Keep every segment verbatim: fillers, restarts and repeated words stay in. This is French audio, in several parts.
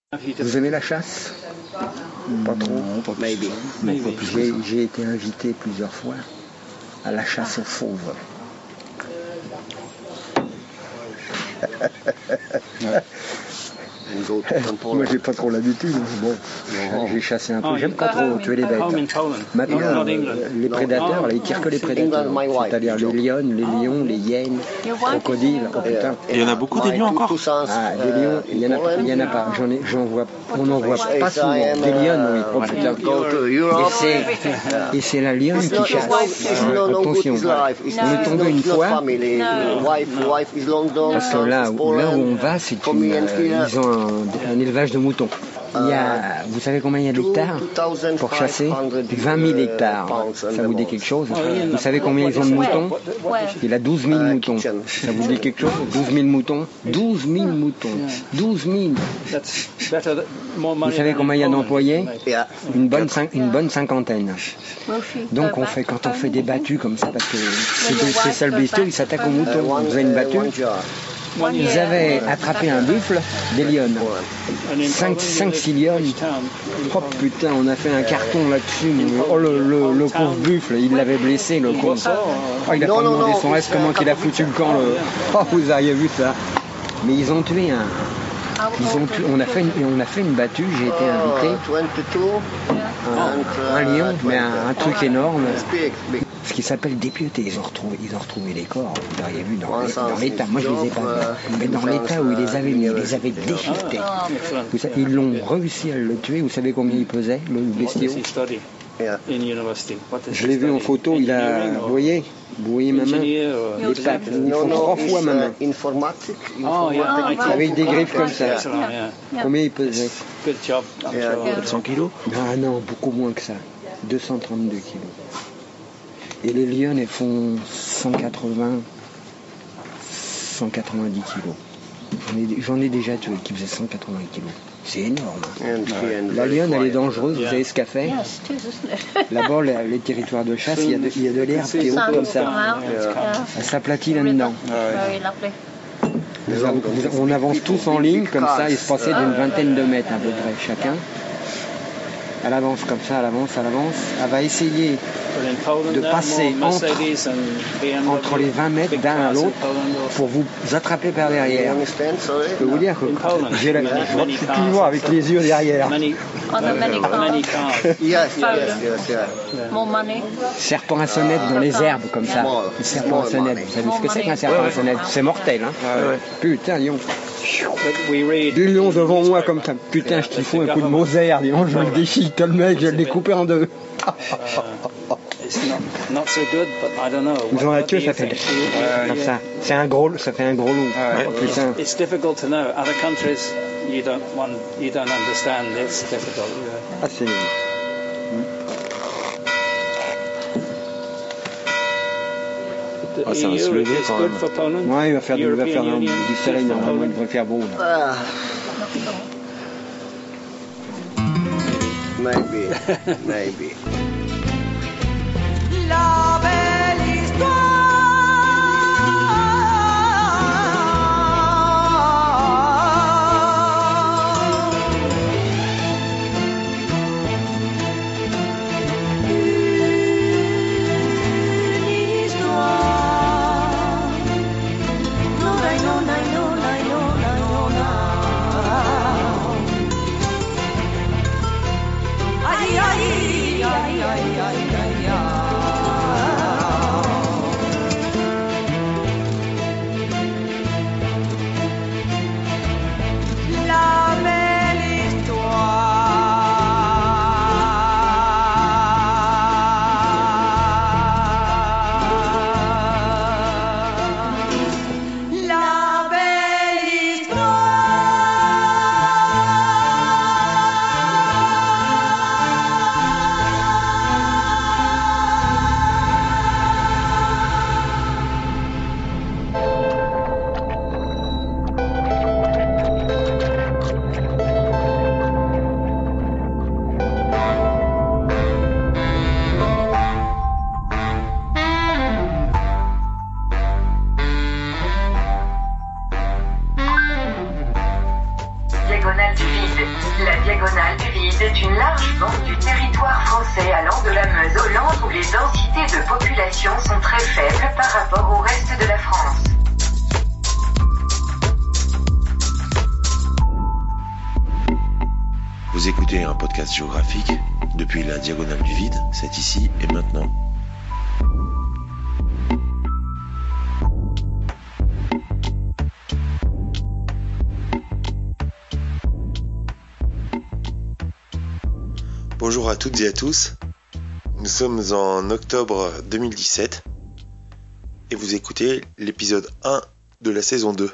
Vous aimez la chasse? Pas trop. Non, pas Maybe. Maybe. J'ai, j'ai été invité plusieurs fois à la chasse aux fauves. Ouais. Moi j'ai pas trop l'habitude, bon, j'ai chassé un peu, j'aime pas trop tuer les bêtes. Maintenant, euh, les prédateurs, là, ils tirent que les prédateurs, c'est-à-dire les lions, les lions, les hyènes, les crocodiles, oh putain. Et il y en a beaucoup des lions encore? Ah, des lions, il y en a, il y en a pas, j'en ai, j'en vois, on n'en voit pas souvent, des lions, oui, oh putain. Et c'est, et c'est la lionne qui chasse, attention, on est tombé une fois, parce que là, où, là où on va, c'est une, euh, ils ont un, un élevage de moutons. Il y a, vous savez combien il y a d'hectares pour chasser? vingt mille hectares. Ça vous dit quelque chose? Vous savez combien ils ont de moutons? Il a douze mille moutons. Ça vous dit quelque chose? douze mille moutons? douze mille moutons. douze mille. Vous savez combien il y a d'employés? Une bonne, une bonne cinquantaine. Donc on fait, quand on fait des battues comme ça, parce que ces sales bestiaux, ils s'attaquent aux moutons. Vous avez une battue? Ils avaient attrapé un buffle, des lionnes. cinq six lionnes. Oh putain, on a fait un carton là-dessus. Oh le, le, le pauvre buffle, il l'avait blessé, le con. Oh, il a pas demandé son reste, comment il a foutu le camp. Le... Oh, vous auriez vu ça. Mais ils ont tué un... Ils ont tué... on, a fait une... on a fait une battue, j'ai été invité. Un, un lion, mais un, un truc énorme. Ce qui s'appelle dépiauté. Ils ont retrouvé, ils ont retrouvé les corps. Vous l'auriez vu dans, dans l'état. Moi, je les ai pas vus. Mais dans l'état où ils les avaient mis, ils les avaient déchiquetés. Vous savez, ils l'ont réussi à le tuer. Vous savez combien il pesait, le bestiau? Je l'ai vu en photo. Il a, vous voyez, vous voyez ma main. Les pattes. Ils font trois fois ma main. Avec des griffes comme ça. Combien il pesait? quatre cents kilos? Ah non, beaucoup moins que ça. deux cent trente-deux kilos. Et les lions, elles font cent quatre-vingts, cent quatre-vingt-dix kilos. J'en ai, ai déjà tué qui faisait cent quatre-vingts kilos. C'est énorme. Ouais. La lionne, elle est dangereuse. Vous savez ce qu'elle fait? Là-bas, les territoires de chasse, il y a de, il y a de l'herbe qui est haute comme ça. Elle s'aplatit là-dedans. On avance tous en ligne, comme ça, espacés d'une vingtaine de mètres à peu près chacun. Elle avance comme ça, elle avance, elle avance. Elle va essayer de passer entre, entre les vingt mètres d'un à l'autre pour vous attraper par derrière. Je peux vous dire que j'ai la, je suis toujours avec les yeux derrière. Serpent à sonnette dans les herbes comme ça. Le serpent à sonnette. Vous savez ce que c'est qu'un serpent à sonnette? C'est mortel, hein? Putain, lion. Des lions devant moi comme ça. Putain, je te fous un coup de Moser. Dis donc, je le déchire, le mec, je l'ai coupé en deux. Ils ont la queue, ça fait comme ça. C'est un gros, ça fait un gros loup. Oh, putain. It's difficult to know. Other countries, you don't want, you don't understand. It's difficult. Ah, c'est. Ah, ça va se lever quand même. Ouais, il va faire, du, il va faire un, du soleil, normalement, il devrait faire beau. Là. Maybe, maybe. La belle histoire. Ay, ay, ay, ay, ay, ay, ay. La diagonale du vide est une large bande du territoire français allant de la Meuse au Land où les densités de population sont très faibles par rapport au reste de la France. Vous écoutez un podcast géographique depuis la diagonale du vide, c'est ici et maintenant. Bonjour à toutes et à tous, nous sommes en octobre deux mille dix-sept et vous écoutez l'épisode un de la saison deux.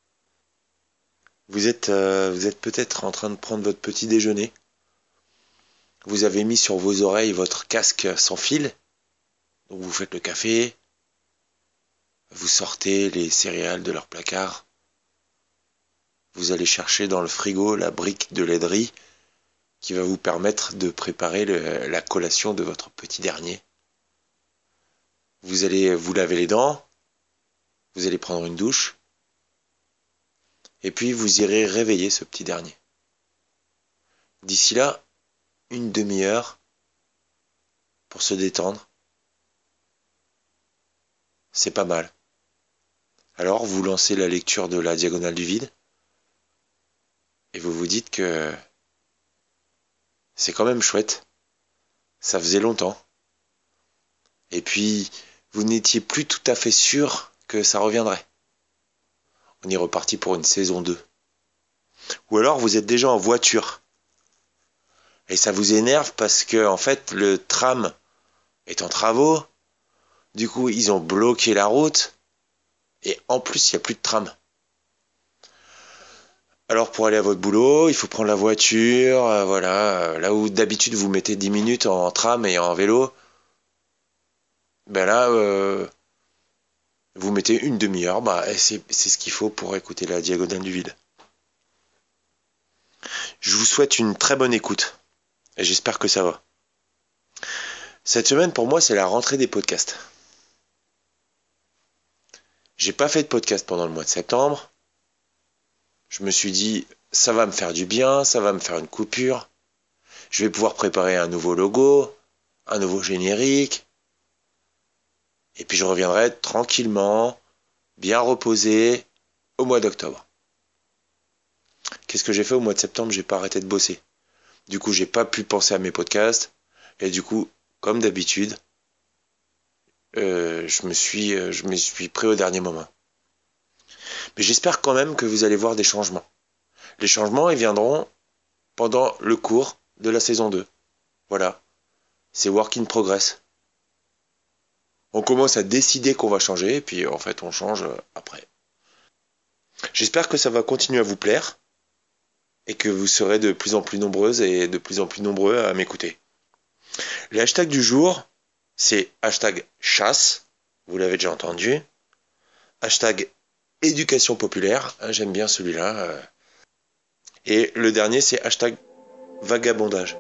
Vous êtes, euh, vous êtes peut-être en train de prendre votre petit déjeuner, vous avez mis sur vos oreilles votre casque sans fil, donc vous faites le café, vous sortez les céréales de leur placard, vous allez chercher dans le frigo la brique de laiderie qui va vous permettre de préparer le, la collation de votre petit dernier. Vous allez vous laver les dents, vous allez prendre une douche, et puis vous irez réveiller ce petit dernier. D'ici là, une demi-heure pour se détendre, c'est pas mal. Alors vous lancez la lecture de la diagonale du vide, et vous vous dites que c'est quand même chouette, ça faisait longtemps. Et puis, vous n'étiez plus tout à fait sûr que ça reviendrait. On est reparti pour une saison deux. Ou alors, vous êtes déjà en voiture. Et ça vous énerve parce que, en fait, le tram est en travaux. Du coup, ils ont bloqué la route. Et en plus, il n'y a plus de tram. Alors pour aller à votre boulot, il faut prendre la voiture, euh, voilà, euh, là où d'habitude vous mettez dix minutes en tram et en vélo, ben là, euh, vous mettez une demi-heure, bah, c'est, c'est ce qu'il faut pour écouter la diagonale du vide. Je vous souhaite une très bonne écoute, et j'espère que ça va. Cette semaine, pour moi, c'est la rentrée des podcasts. J'ai pas fait de podcast pendant le mois de septembre. Je me suis dit, ça va me faire du bien, ça va me faire une coupure. Je vais pouvoir préparer un nouveau logo, un nouveau générique. Et puis je reviendrai tranquillement, bien reposé, au mois d'octobre. Qu'est-ce que j'ai fait au mois de septembre? J'ai pas arrêté de bosser. Du coup, j'ai pas pu penser à mes podcasts. Et du coup, comme d'habitude, euh, je me suis, je me suis pris au dernier moment. Mais j'espère quand même que vous allez voir des changements. Les changements, ils viendront pendant le cours de la saison deux. Voilà. C'est work in progress. On commence à décider qu'on va changer, et puis en fait, on change après. J'espère que ça va continuer à vous plaire, et que vous serez de plus en plus nombreuses et de plus en plus nombreux à m'écouter. Les hashtags du jour, c'est hashtag chasse, vous l'avez déjà entendu, hashtag éducation populaire, j'aime bien celui-là. Et le dernier, c'est hashtag vagabondage.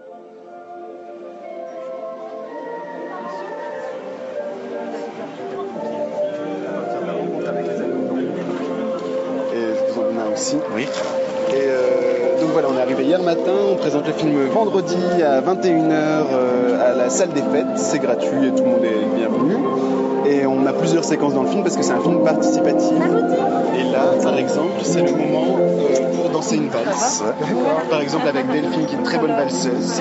Et je vous en donne un aussi. Oui. Et euh, donc voilà, on est arrivé hier matin, on présente le film vendredi à vingt et une heures euh, à la salle des fêtes, c'est gratuit et tout le monde est bienvenu. Et on a plusieurs séquences dans le film parce que c'est un film participatif. Et là, par exemple, c'est le moment euh, pour danser une valse. Par exemple, avec Delphine qui est une très bonne valseuse.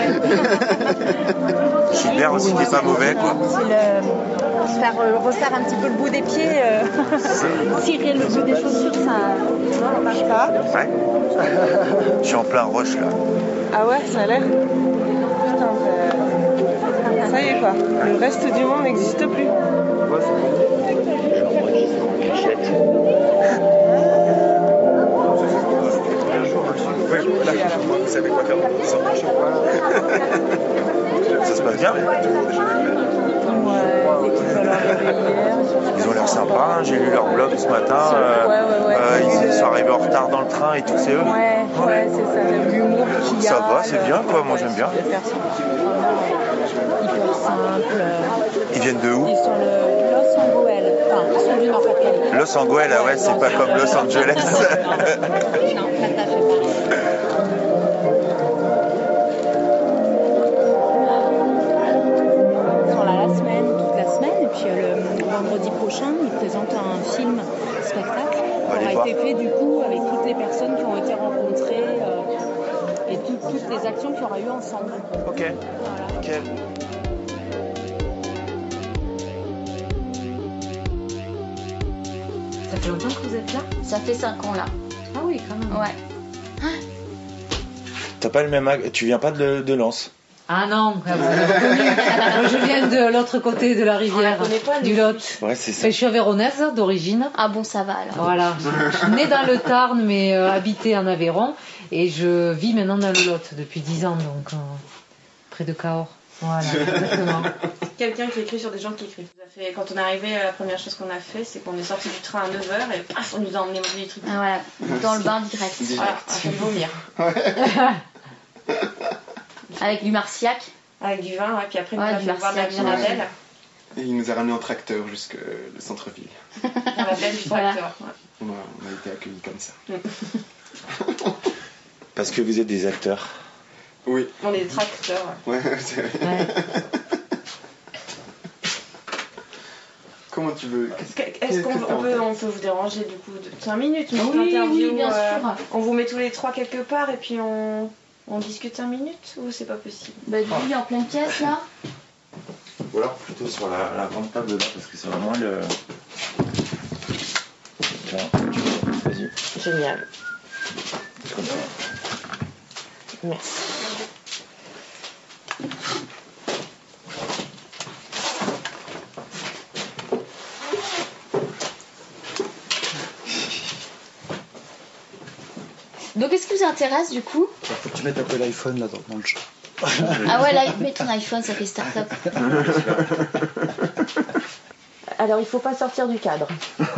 Gilbert aussi n'est pas mauvais, quoi. C'est le... faire euh, refaire un petit peu le bout des pieds, euh... tirer le bout des chaussures, ça ne marche pas. Ouais. Je suis en plein rush là. Ah ouais, ça a l'air. Putain, ça... ça y est quoi. Le reste du monde n'existe plus. Ouais, c'est bon. Vous savez quoi faire. Ça se passe bien. Ils ont l'air sympas, hein. J'ai lu leur blog ce matin. Euh, ouais, ouais, ouais. Euh, ils sont arrivés en retard dans le train et tout, c'est eux. Ouais, ouais, c'est ça. L'humour qu'il y a. Ça va, c'est bien quoi, moi ouais, j'aime bien. Hyper simple. Ils viennent de où? Ils sont le Los Angeles. Enfin, ils sont du Nord-Pas-de-Calais. Los Angeles, ah ouais, c'est pas comme Los Angeles. Non, Plata, c'est pareil. fait du coup avec toutes les personnes qui ont été rencontrées euh, et tout, toutes les actions qu'il y aura eu ensemble. Ok. Voilà. Nickel. Ça fait longtemps que vous êtes là? Ça fait cinq ans là. Ah oui, quand même. Ouais. T'as pas le même âge, tu viens pas de, de Lens? Ah non, vous l'avez reconnu. Moi, je viens de l'autre côté de la rivière, pas, du Lot. Ouais, c'est ça. Je suis avéronaise d'origine. Ah bon, ça va alors. Voilà. Je suis née dans le Tarn, mais euh, habitée en Aveyron. Et je vis maintenant dans le Lot depuis dix ans, donc euh, près de Cahors. Voilà, exactement. Quelqu'un qui écrit sur des gens qui écrivent. Fait, quand on est arrivé, la première chose qu'on a fait, c'est qu'on est sorti du train à neuf heures et paf, on nous a emmené manger des trucs. Ah, voilà, dans le bain direct. direct. Voilà, on a fait vomir. Avec du marciac. Avec du vin, ouais, puis après, ouais, on a fait boire de la Mirabelle. Et il nous a ramené en tracteur jusque le centre-ville. On a fait du tracteur. Voilà. Ouais. On, a, on a été accueillis comme ça. Parce que vous êtes des acteurs. Oui. On est des tracteurs. Ouais, ouais c'est vrai. Ouais. Comment tu veux? Est-ce qu'on on peut, on peut vous déranger du coup de cinq minutes? Oui, oui, oui, bien euh, sûr. On vous met tous les trois quelque part et puis on, on discute cinq minutes ou c'est pas possible? Bah, du coup, il est en pleine pièce là. Ou alors plutôt sur la, la grande table là parce que c'est vraiment le. Vas-y. Génial. Comme ça. Merci. Donc, qu'est-ce qui vous intéresse du coup? Faut que tu mettes un peu l'iPhone là dans, dans le jeu. Ah ouais, là, mets ton iPhone, ça fait start-up. Alors, il faut pas sortir du cadre.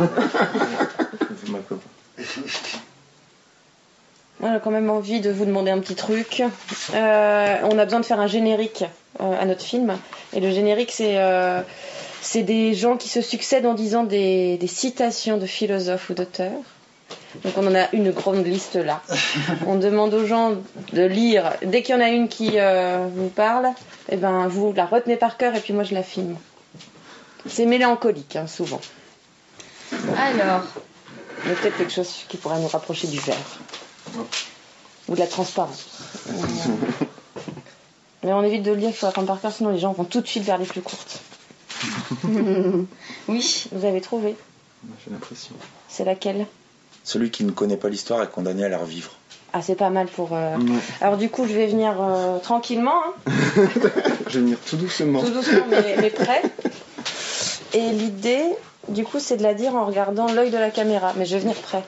On a quand même envie de vous demander un petit truc. Euh, on a besoin de faire un générique euh, à notre film. Et le générique, c'est euh, c'est des gens qui se succèdent en disant des, des citations de philosophes ou d'auteurs. Donc on en a une grande liste là. On demande aux gens de lire. Dès qu'il y en a une qui euh, vous parle, eh ben, vous la retenez par cœur et puis moi je la filme. C'est mélancolique, hein, souvent. Alors. Il y a peut-être quelque chose qui pourrait nous rapprocher du verre. Ou de la transparence. Mais on évite de le lire, il faut apprendre par cœur, sinon les gens vont tout de suite vers les plus courtes. Oui. Vous avez trouvé? J'ai l'impression. C'est laquelle? Celui qui ne connaît pas l'histoire est condamné à la revivre. Ah, c'est pas mal pour... Euh... Ouais. Alors du coup, je vais venir euh, tranquillement. Hein. Je vais venir tout doucement. Tout doucement, mais, mais prêt. Et l'idée, du coup, c'est de la dire en regardant l'œil de la caméra. Mais je vais venir prêt.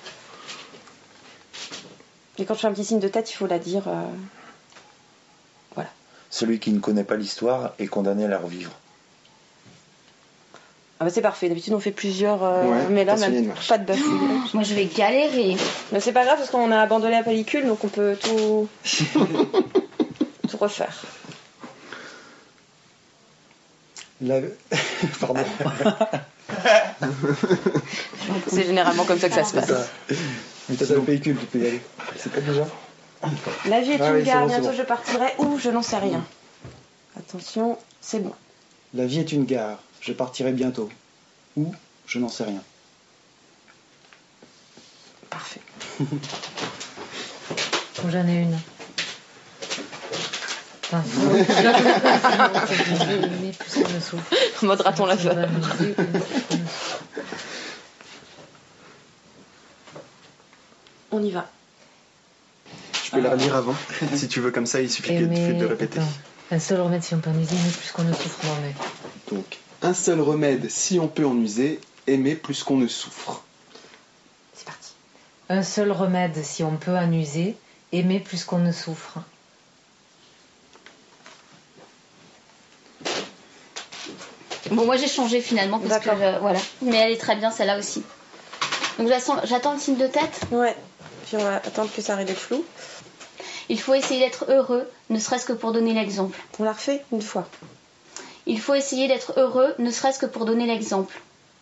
Et quand je fais un petit signe de tête, il faut la dire... Euh... Voilà. Celui qui ne connaît pas l'histoire est condamné à la revivre. Ah bah c'est parfait, d'habitude on fait plusieurs, euh, ouais, mais là même pas de bafouille. Moi je vais galérer. Mais c'est pas grave parce qu'on a abandonné la pellicule donc on peut tout, tout refaire. La... Pardon. C'est généralement comme ça que ça se passe. Ça. Mais t'as la pellicule, tu peux y aller. C'est pas déjà? La vie est ah une oui, gare, bon, bientôt bon. je partirai ou je n'en sais rien. Attention, c'est bon. La vie est une gare. Je partirai bientôt. Ou je n'en sais rien. Parfait. J'en ai une. Enfin, mais plus qu'on ne souffre. Mode raton laveur. On y va. Je peux la relire avant, si tu veux, comme ça, il suffit que mais... de répéter. Attends. Un seul remède si on peut en user, mais plus qu'on ne souffre. Non, mais... Donc, un seul remède si on peut en user, aimer plus qu'on ne souffre. C'est parti. Un seul remède si on peut en user, aimer plus qu'on ne souffre. Bon, moi j'ai changé finalement parce que je, voilà. Mais elle est très bien celle-là aussi. Donc j'attends le signe de tête. Ouais. Puis on va attendre que ça arrive d'être flou. Il faut essayer d'être heureux, ne serait-ce que pour donner l'exemple. On la refait une fois. Il faut essayer d'être heureux, ne serait-ce que pour donner l'exemple.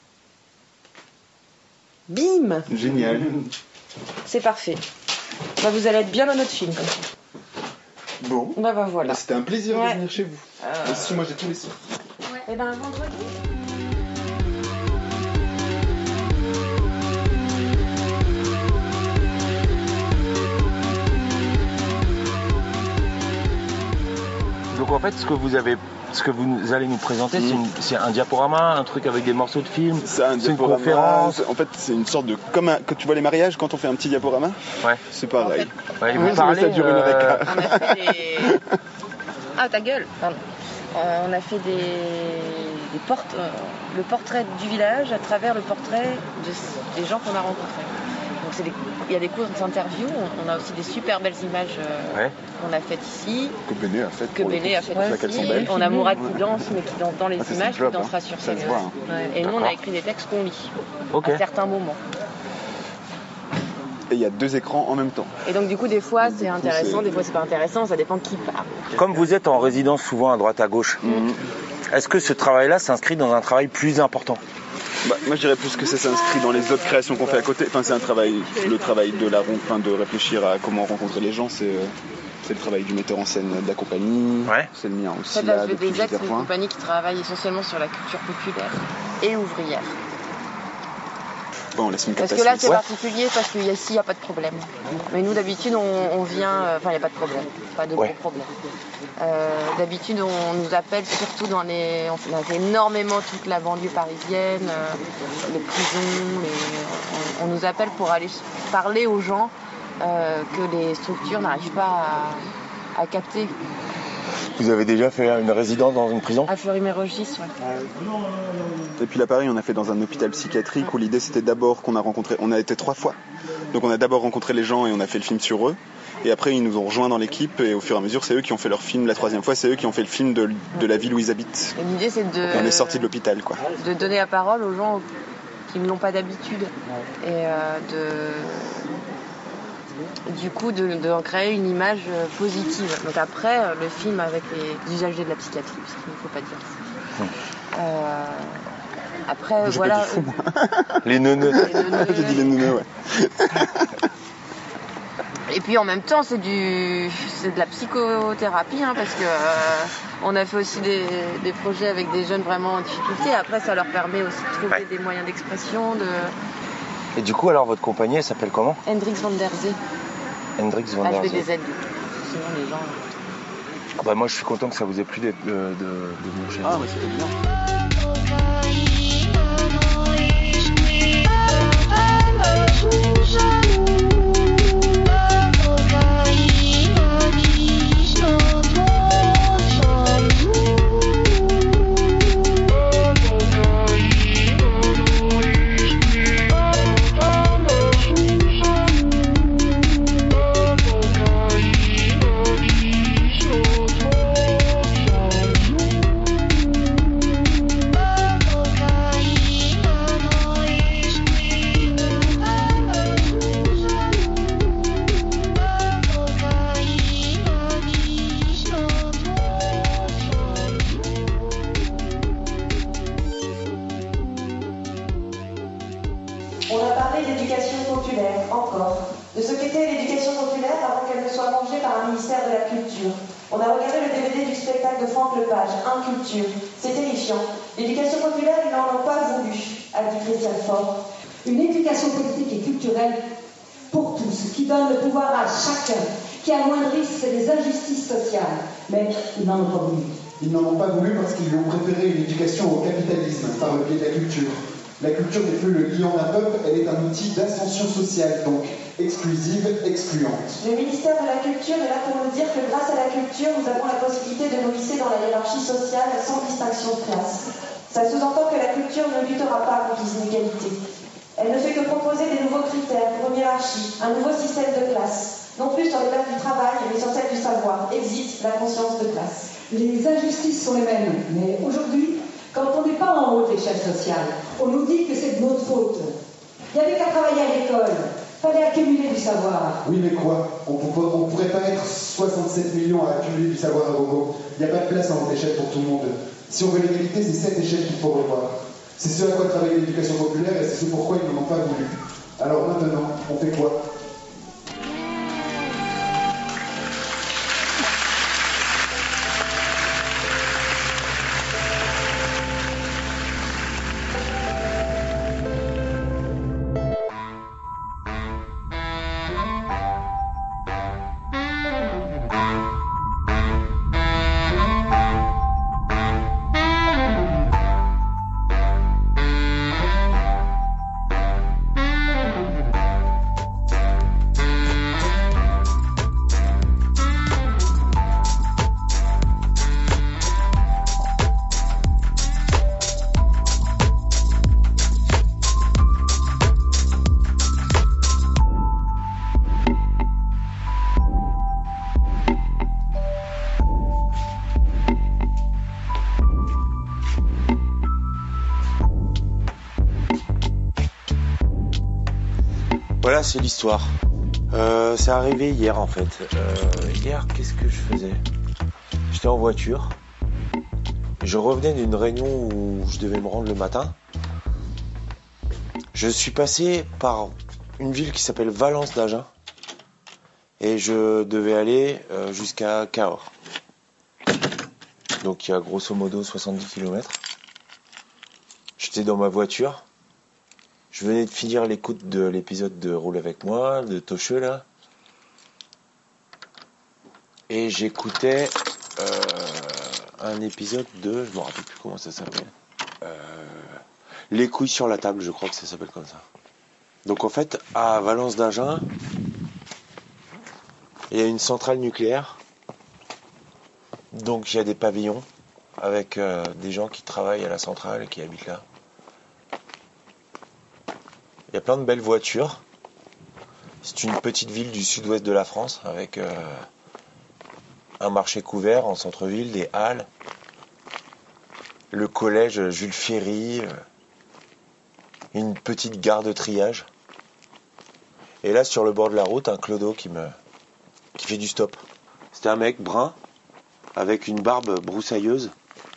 Bim! Génial. C'est parfait. Bah, vous allez être bien dans notre film comme ça. Bon. Bah, bah voilà. C'était un plaisir ouais. de venir chez vous. Euh... Aussi, moi j'ai tous les sous. Ouais. Et ben vendredi. Donc en fait, ce que vous avez, ce que vous allez nous présenter, mmh. c'est un diaporama, un truc avec des morceaux de film. C'est un diaporama. Une conférence. En fait, c'est une sorte de comme un, que tu vois les mariages quand on fait un petit diaporama. Ouais. C'est pareil. En fait, ouais, vous parlez, ça dure une heure et quart. On a fait des... Ah ta gueule. Pardon. Euh, on a fait des, des portes, euh, le portrait du village à travers le portrait de, des gens qu'on a rencontrés. Donc c'est des, il y a des courtes interviews, on, on a aussi des super belles images euh, ouais. qu'on a faites ici. Que Béné a faites. Que Béné a faites ici. On a Mourad qui danse, mais qui danse dans les ah, images, qui dansera hein. sur scène. Hein. Ouais. Et nous on a écrit des textes qu'on lit okay. à certains moments. Et il y a deux écrans en même temps. Et donc du coup des fois c'est intéressant, des fois c'est pas intéressant, ça dépend de qui parle. Comme vous êtes en résidence souvent à droite à gauche, mmh. est-ce que ce travail-là s'inscrit dans un travail plus important ? Bah, moi je dirais plus que ça s'inscrit dans les autres créations qu'on fait à côté. Enfin c'est un travail, le travail de la ronde, enfin, de réfléchir à comment rencontrer les gens, c'est, euh, c'est le travail du metteur en scène de la compagnie, ouais. c'est le mien aussi. En fait, là, là, des c'est une compagnie qui travaille essentiellement sur la culture populaire et ouvrière. Bon, parce que là c'est ouais. particulier parce qu'ici il n'y a pas de problème. Mais nous d'habitude on, on vient, enfin il n'y a pas de problème, pas de ouais. gros problème. Euh, d'habitude on nous appelle surtout dans les, on a fait énormément toute la banlieue parisienne, euh, les prisons, les, on, on nous appelle pour aller parler aux gens euh, que les structures n'arrivent pas à, à capter. Vous avez déjà fait une résidence dans une prison ? À Fleury-Mérogis, oui. Et puis là, pareil, on a fait dans un hôpital psychiatrique où l'idée c'était d'abord qu'on a rencontré, on a été trois fois. Donc on a d'abord rencontré les gens et on a fait le film sur eux. Et après, ils nous ont rejoints dans l'équipe et au fur et à mesure, c'est eux qui ont fait leur film. La troisième fois, c'est eux qui ont fait le film de, de la ville où ils habitent. Et l'idée, c'est de... Et on est sortis de l'hôpital, quoi. De donner la parole aux gens qui ne l'ont pas d'habitude. Et euh, de... Du coup, de, de créer une image positive. Donc après, le film avec les usagers de la psychiatrie, parce qu'il ne faut pas dire ça. Euh, après, J'ai voilà. Pas dit fou, moi. Les neuneux. J'ai dit les neuneux, ouais. Et puis en même temps, c'est du, c'est de la psychothérapie, hein, parce que euh, on a fait aussi des, des projets avec des jeunes vraiment en difficulté. Après, ça leur permet aussi de trouver ouais. des moyens d'expression. De... Et du coup, alors, votre compagnie, elle s'appelle comment ? Hendrix van der Zee. Hendrix van der Zee. H B D Z. Sinon, les gens... Ah bah moi, je suis content que ça vous ait plu de, de, de, de venir chez nous. Ah, mais c'était bien. C'est terrifiant. L'éducation populaire, ils n'en ont pas voulu, a dit Christian Faure. Une éducation politique et culturelle pour tous, qui donne le pouvoir à chacun, qui amoindrisse les injustices sociales. Mais ils n'en ont pas voulu. Ils n'en ont pas voulu parce qu'ils lui ont préféré une éducation au capitalisme par le biais de la culture. La culture n'est plus le lion d'un peuple, elle est un outil d'ascension sociale, donc exclusive, excluante. Le ministère de la Culture est là pour nous dire que grâce à la culture, nous avons la possibilité de nous hisser dans la hiérarchie sociale sans distinction de classe. Ça sous-entend que la culture ne luttera pas contre les inégalités. Elle ne fait que proposer des nouveaux critères pour une hiérarchie, un nouveau système de classe, non plus sur les bases du travail, mais sur celle du savoir. Existe la conscience de classe. Les injustices sont les mêmes, mais aujourd'hui, quand on n'est pas en haut de l'échelle sociale, on nous dit que c'est de notre faute. Il n'y avait qu'à travailler à l'école, il fallait accumuler du savoir. Oui, mais quoi ? On ne pourrait pas être soixante-sept millions à accumuler du savoir à gogo. Il n'y a pas de place en haute échelle pour tout le monde. Si on veut l'égalité, c'est cette échelle qu'il faut revoir. C'est ce à quoi travaille l'éducation populaire et c'est ce pourquoi ils n'en ont pas voulu. Alors maintenant, on fait quoi ? voilà, c'est l'histoire. Euh, c'est arrivé hier en fait. Euh, hier, qu'est-ce que je faisais? J'étais en voiture. Je revenais d'une réunion où je devais me rendre le matin. Je suis passé par une ville qui s'appelle Valence d'Agen. Et je devais aller euh, jusqu'à Cahors. Donc il y a grosso modo soixante-dix kilomètres. J'étais dans ma voiture. Je venais de finir l'écoute de l'épisode de Roule avec moi, de Tocheux là. Et j'écoutais euh, un épisode de... Je me rappelle plus comment ça s'appelle. Euh, Les couilles sur la table, je crois que ça s'appelle comme ça. Donc en fait, à Valence d'Agen, il y a une centrale nucléaire. Donc il y a des pavillons avec euh, des gens qui travaillent à la centrale et qui habitent là. Il y a plein de belles voitures. C'est une petite ville du sud-ouest de la France avec euh, un marché couvert en centre-ville, des halles, le collège Jules Ferry, euh, une petite gare de triage. Et là, sur le bord de la route, un clodo qui me qui fait du stop. C'était un mec brun avec une barbe broussailleuse.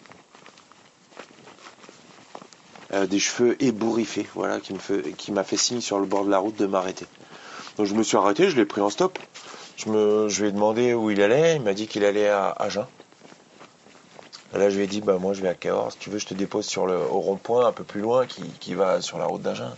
Euh, des cheveux ébouriffés, voilà, qui me fait, qui m'a fait signe sur le bord de la route de m'arrêter. Donc je me suis arrêté, je l'ai pris en stop. Je, me, je lui ai demandé où il allait, il m'a dit qu'il allait à Agen. Et là je lui ai dit, bah moi je vais à Cahors, si tu veux je te dépose sur le, au rond-point un peu plus loin qui, qui va sur la route d'Agen.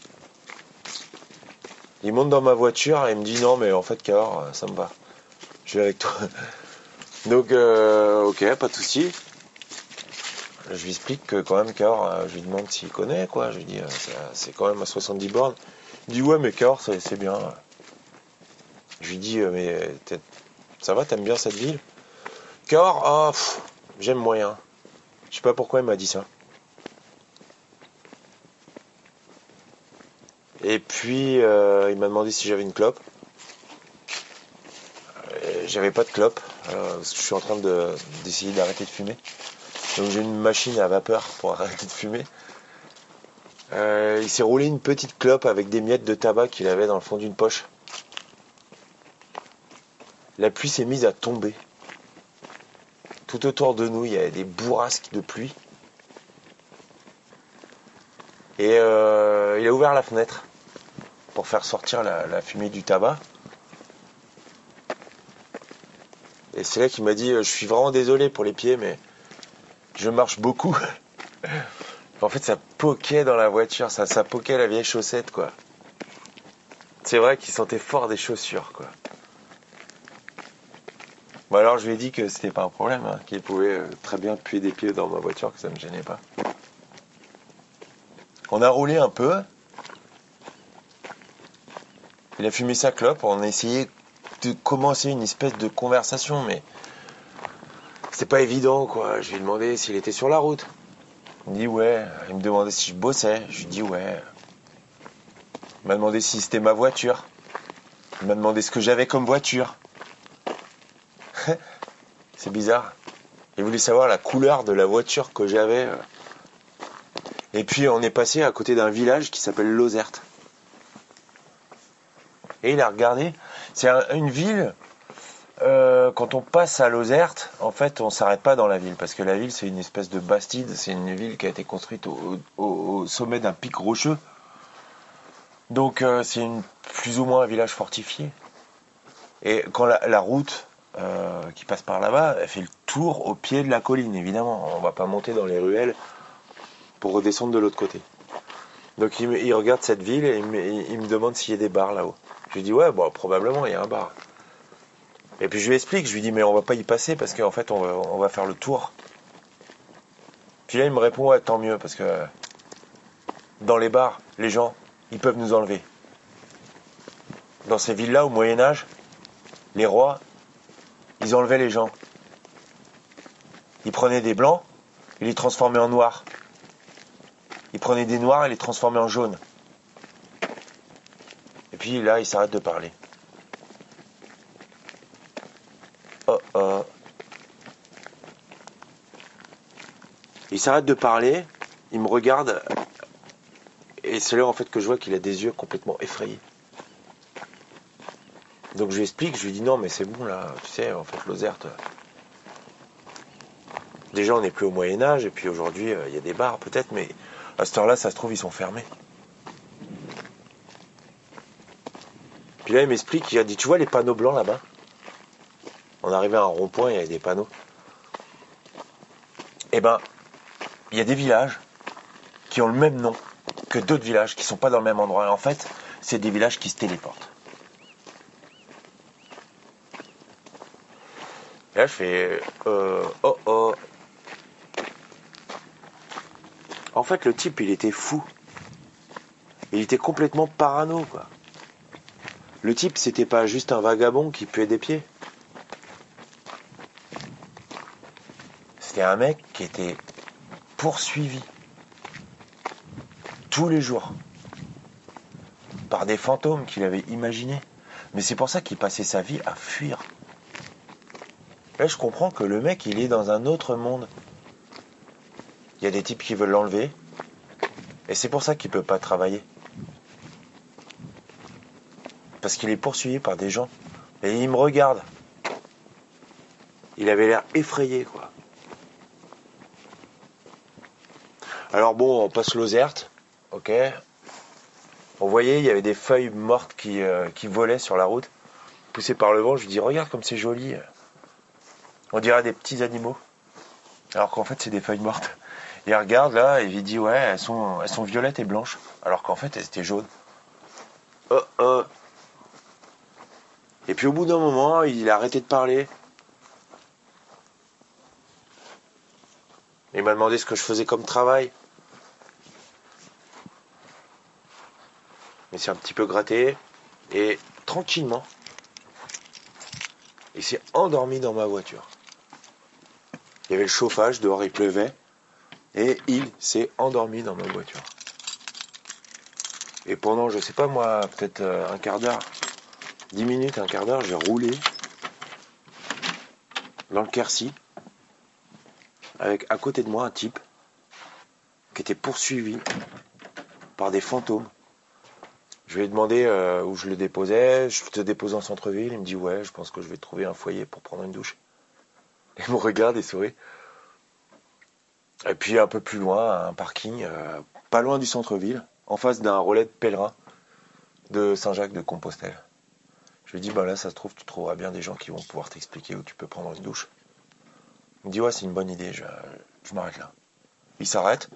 Il monte dans ma voiture et il me dit, non mais en fait Cahors, ça me va. Je vais avec toi. Donc euh, ok, pas de souci. Je lui explique que quand même Cahors, je lui demande s'il connaît, quoi. Je lui dis, c'est quand même à soixante-dix bornes. Il dit, ouais, mais Cahors, c'est bien. Je lui dis, mais ça va, t'aimes bien cette ville? Cahors, ah, oh, j'aime moyen. Je sais pas pourquoi il m'a dit ça. Et puis, euh, il m'a demandé si j'avais une clope. J'avais pas de clope. Alors, je suis en train de, d'essayer d'arrêter de fumer. Donc j'ai une machine à vapeur pour arrêter de fumer. Euh, il s'est roulé une petite clope avec des miettes de tabac qu'il avait dans le fond d'une poche. La pluie s'est mise à tomber. Tout autour de nous, il y avait des bourrasques de pluie. Et euh, il a ouvert la fenêtre pour faire sortir la, la fumée du tabac. Et c'est là qu'il m'a dit, je suis vraiment désolé pour les pieds, mais je marche beaucoup. En fait, ça poquait dans la voiture, ça, ça poquait la vieille chaussette, quoi. C'est vrai qu'il sentait fort des chaussures, quoi. Bon, alors je lui ai dit que c'était pas un problème, hein, qu'il pouvait très bien puer des pieds dans ma voiture, que ça me gênait pas. On a roulé un peu. Il a fumé sa clope, on a essayé de commencer une espèce de conversation, mais c'est pas évident, quoi. Je lui ai demandé s'il était sur la route. Il me dit ouais. Il me demandait si je bossais. Je lui dis ouais. Il m'a demandé si c'était ma voiture. Il m'a demandé ce que j'avais comme voiture. C'est bizarre. Il voulait savoir la couleur de la voiture que j'avais. Et puis on est passé à côté d'un village qui s'appelle Lozerte. Et il a regardé. C'est un, une ville... Euh, quand on passe à Lozerte, en fait, on s'arrête pas dans la ville parce que la ville, c'est une espèce de bastide. C'est une ville qui a été construite au, au, au sommet d'un pic rocheux. Donc, euh, c'est une, plus ou moins un village fortifié. Et quand la, la route euh, qui passe par là-bas, elle fait le tour au pied de la colline, évidemment. On va pas monter dans les ruelles pour redescendre de l'autre côté. Donc, il, il regarde cette ville et il me, il me demande s'il y a des bars là-haut. Je lui dis ouais, bon, probablement il y a un bar. Et puis je lui explique, je lui dis mais on va pas y passer parce qu'en fait on va, on va faire le tour. Puis là il me répond ouais tant mieux parce que dans les bars, les gens, ils peuvent nous enlever. Dans ces villes-là au Moyen-Âge, les rois, ils enlevaient les gens. Ils prenaient des blancs, ils les transformaient en noirs. Ils prenaient des noirs et les transformaient en jaunes. Et puis là il s'arrête de parler. Oh oh. Il s'arrête de parler, il me regarde, et c'est là en fait que je vois qu'il a des yeux complètement effrayés. Donc je lui explique, je lui dis non mais c'est bon là, tu sais, en fait Lozerte, déjà on n'est plus au Moyen-Âge, et puis aujourd'hui il euh, y a des bars peut-être, mais à cette heure-là ça se trouve ils sont fermés. Puis là il m'explique, il a dit tu vois les panneaux blancs là-bas, on arrivait à un rond-point, il y avait des panneaux. Et ben, il y a des villages qui ont le même nom que d'autres villages qui sont pas dans le même endroit. Et en fait, c'est des villages qui se téléportent. Et là, je fais euh, oh oh. En fait, le type, il était fou. Il était complètement parano, quoi. Le type, c'était pas juste un vagabond qui puait des pieds. C'était un mec qui était poursuivi tous les jours par des fantômes qu'il avait imaginés. Mais c'est pour ça qu'il passait sa vie à fuir. Là, je comprends que le mec, il est dans un autre monde. Il y a des types qui veulent l'enlever. Et c'est pour ça qu'il peut pas travailler. Parce qu'il est poursuivi par des gens. Et il me regarde. Il avait l'air effrayé, quoi. Alors bon, on passe Lozerte, ok. On voyait, il y avait des feuilles mortes qui, euh, qui volaient sur la route, poussées par le vent. Je lui dis, regarde comme c'est joli. On dirait des petits animaux. Alors qu'en fait, c'est des feuilles mortes. Il regarde là, et il dit, ouais, elles sont, elles sont violettes et blanches. Alors qu'en fait, elles étaient jaunes. Oh, oh. Et puis au bout d'un moment, il a arrêté de parler. Il m'a demandé ce que je faisais comme travail. Il s'est un petit peu gratté. Et tranquillement, il s'est endormi dans ma voiture. Il y avait le chauffage, dehors il pleuvait. Et il s'est endormi dans ma voiture. Et pendant, je sais pas moi, peut-être un quart d'heure, dix minutes, un quart d'heure, j'ai roulé dans le Quercy. Avec à côté de moi un type qui était poursuivi par des fantômes. Je lui ai demandé euh, où je le déposais. Je te dépose en centre-ville. Il me dit ouais, je pense que je vais trouver un foyer pour prendre une douche. Il me regarde et sourit. Et puis un peu plus loin, un parking, euh, pas loin du centre-ville, en face d'un relais de pèlerins de Saint-Jacques-de-Compostelle. Je lui dis bah là ça se trouve tu trouveras bien des gens qui vont pouvoir t'expliquer où tu peux prendre une douche. Il me dit ouais c'est une bonne idée, je, je m'arrête là. Il s'arrête,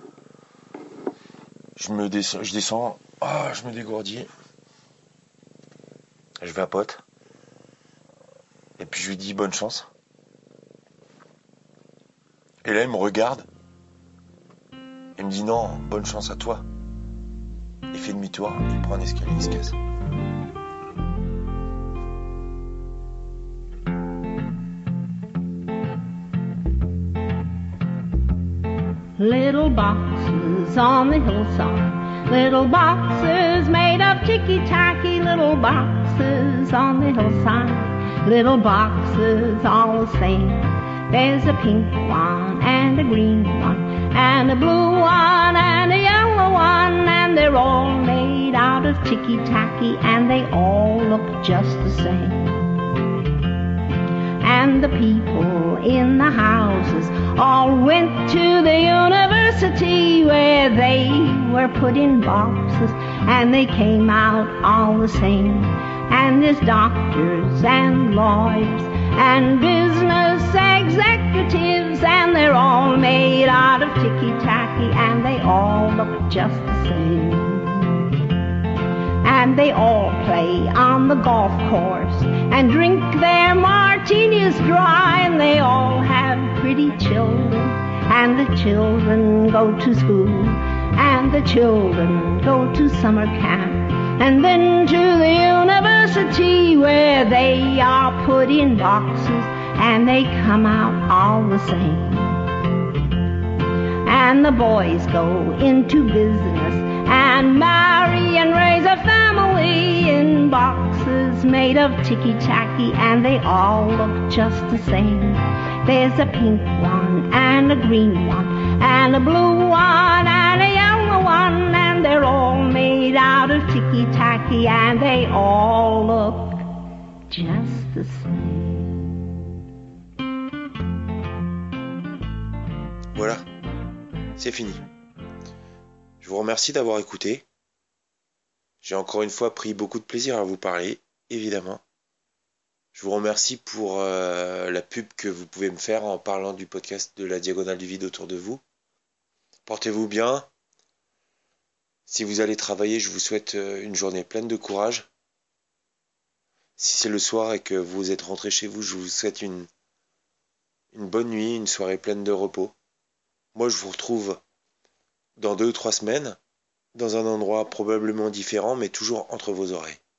je me descends, je descends, oh, je me dégourdis, je vapote, et puis je lui dis bonne chance. Et là il me regarde, il me dit non, bonne chance à toi. Il fait demi-tour, il prend un escalier, il se casse. Little boxes on the hillside, little boxes made of ticky-tacky, little boxes on the hillside, little boxes all the same. There's a pink one and a green one and a blue one and a yellow one, and they're all made out of ticky-tacky and they all look just the same. And the people in the houses all went to the university where they were put in boxes and they came out all the same. And there's doctors and lawyers and business executives, and they're all made out of ticky-tacky and they all look just the same. And they all play on the golf course and drink their martinis dry, and they all have pretty children, and the children go to school, and the children go to summer camp, and then to the university where they are put in boxes and they come out all the same. And the boys go into business and marry and raise a family in boxes made of ticky-tacky, and they all look just the same. There's a pink one and a green one and a blue one and a yellow one, and they're all made out of ticky-tacky and they all look just the same. Voilà, c'est fini. Je vous remercie d'avoir écouté. J'ai encore une fois pris beaucoup de plaisir à vous parler, évidemment. Je vous remercie pour euh, la pub que vous pouvez me faire en parlant du podcast de la Diagonale du Vide autour de vous. Portez-vous bien. Si vous allez travailler, je vous souhaite une journée pleine de courage. Si c'est le soir et que vous êtes rentré chez vous, je vous souhaite une, une bonne nuit, une soirée pleine de repos. Moi, je vous retrouve dans deux ou trois semaines, dans un endroit probablement différent, mais toujours entre vos oreilles.